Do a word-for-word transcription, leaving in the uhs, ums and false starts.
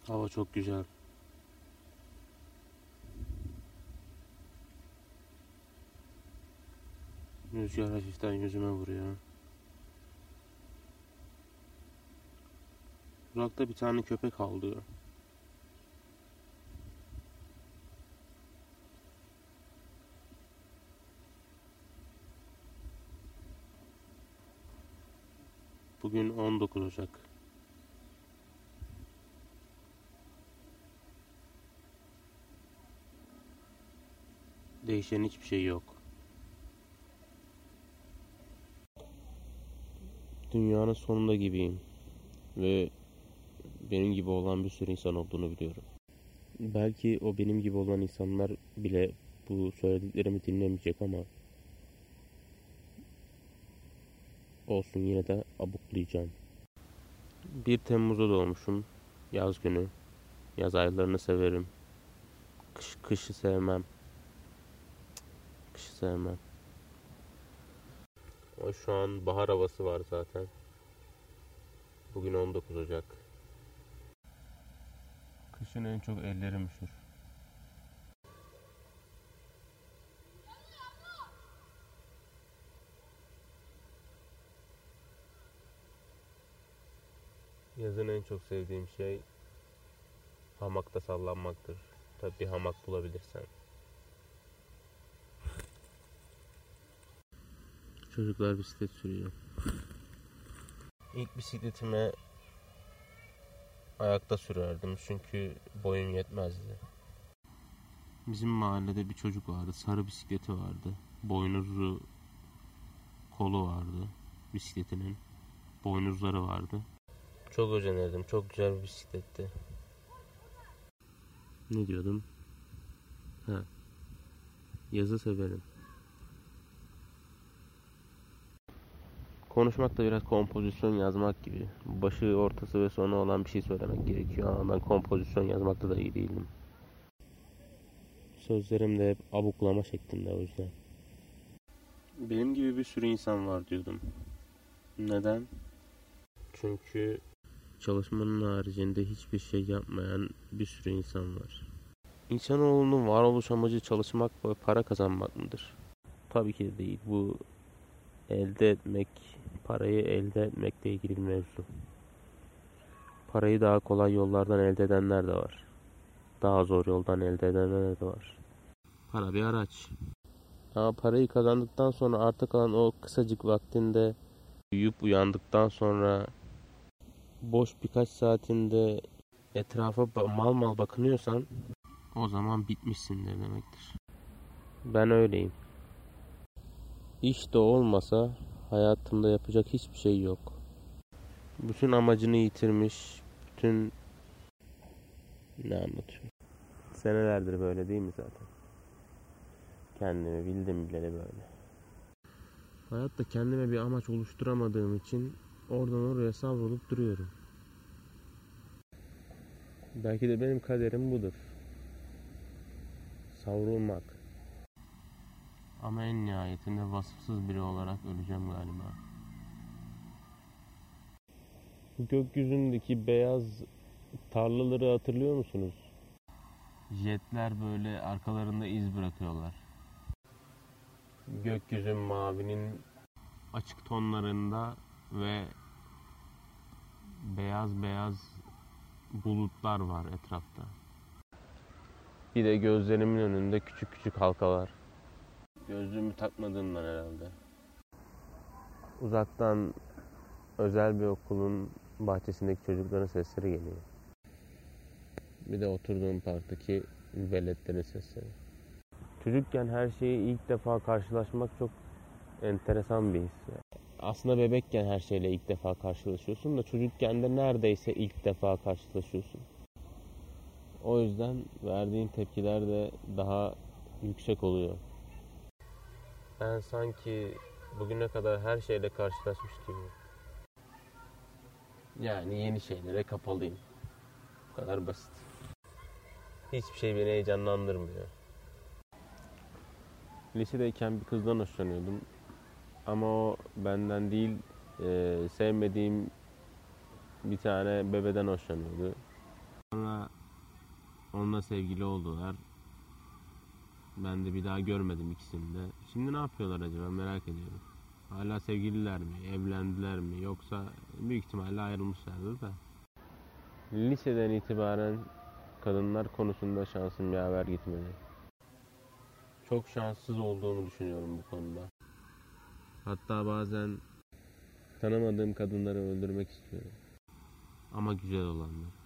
Hava çok güzel. Rüzgar hafiften yüzüme vuruyor. Uzakta bir tane köpek havlıyor. Bugün on dokuz Ocak. Değişen hiçbir şey yok. Dünyanın sonunda gibiyim. Ve benim gibi olan bir sürü insan olduğunu biliyorum. Belki o benim gibi olan insanlar bile bu söylediklerimi dinlemeyecek ama olsun, yine de abuklayacağım. bir Temmuz'da doğmuşum. Yaz günü. Yaz aylarını severim. Kış, kışı sevmem. Kışı sevmem. O şu an bahar havası var zaten. Bugün on dokuz Ocak. Kışın en çok ellerim üşür. Yazın en çok sevdiğim şey hamakta sallanmaktır. Tabii bir hamak bulabilirsen. Çocuklar bisiklet sürüyor. İlk bisikletime ayakta sürerdim çünkü boyum yetmezdi. Bizim mahallede bir çocuk vardı. Sarı bisikleti vardı. Boynuzlu kolu vardı bisikletinin. Boynuzları vardı. Çok özenirdim. Çok güzel bir bisikletti. Ne diyordum? Ha. Yazı severim. Konuşmak da biraz kompozisyon yazmak gibi. Başı, ortası ve sonu olan bir şey söylemek gerekiyor ama ben kompozisyon yazmakta da iyi değilim. Sözlerim de hep abuklama şeklinde, o yüzden. Benim gibi bir sürü insan var diyordum. Neden? Çünkü çalışmanın haricinde hiçbir şey yapmayan bir sürü insan var. İnsanoğlunun varoluş amacı çalışmak ve para kazanmak mıdır? Tabii ki de değil. Bu elde etmek, parayı elde etmekle ilgili bir mevzu. Parayı daha kolay yollardan elde edenler de var. Daha zor yoldan elde edenler de var. Para bir araç. Ama parayı kazandıktan sonra arta kalan o kısacık vaktinde uyuyup uyandıktan sonra boş birkaç saatinde etrafa mal mal bakınıyorsan o zaman bitmişsindir demektir. Ben öyleyim. İş de olmasa hayatımda yapacak hiçbir şey yok. Bütün amacını yitirmiş, bütün... Ne anlatıyorum? Senelerdir böyle değil mi zaten? Kendimi bildim bileli böyle. Hayatta kendime bir amaç oluşturamadığım için oradan oraya savrulup duruyorum. Belki de benim kaderim budur. Savrulmak. Ama en nihayetinde vasıfsız biri olarak öleceğim galiba. Bu gökyüzündeki beyaz tarlaları hatırlıyor musunuz? Jetler böyle arkalarında iz bırakıyorlar. Gökyüzü mavinin açık tonlarında ve beyaz beyaz bulutlar var etrafta. Bir de gözlerimin önünde küçük küçük halkalar. Gözlüğümü takmadığımdan herhalde. Uzaktan özel bir okulun bahçesindeki çocukların sesleri geliyor. Bir de oturduğum parktaki veletlerin sesleri. Çocukken her şeyi ilk defa karşılaşmak çok enteresan bir his. Aslında bebekken her şeyle ilk defa karşılaşıyorsun da çocukken de neredeyse ilk defa karşılaşıyorsun. O yüzden verdiğin tepkiler de daha yüksek oluyor. Ben sanki bugüne kadar her şeyle karşılaşmış gibiyim. Yani yeni şeylere kapalıyım. Bu kadar basit. Hiçbir şey beni heyecanlandırmıyor. Lisedeyken bir kızdan hoşlanıyordum. Ama o benden değil, e, sevmediğim bir tane bebeden hoşlanıyordu. Sonra onunla sevgili oldular. Ben de bir daha görmedim ikisini de. Şimdi ne yapıyorlar acaba, merak ediyorum. Hala sevgililer mi? Evlendiler mi? Yoksa büyük ihtimalle ayrılmışlardır da. Liseden itibaren kadınlar konusunda şansım yaver gitmedi. Çok şanssız olduğumu düşünüyorum bu konuda. Hatta bazen tanımadığım kadınları öldürmek istiyorum. Ama güzel olanlar.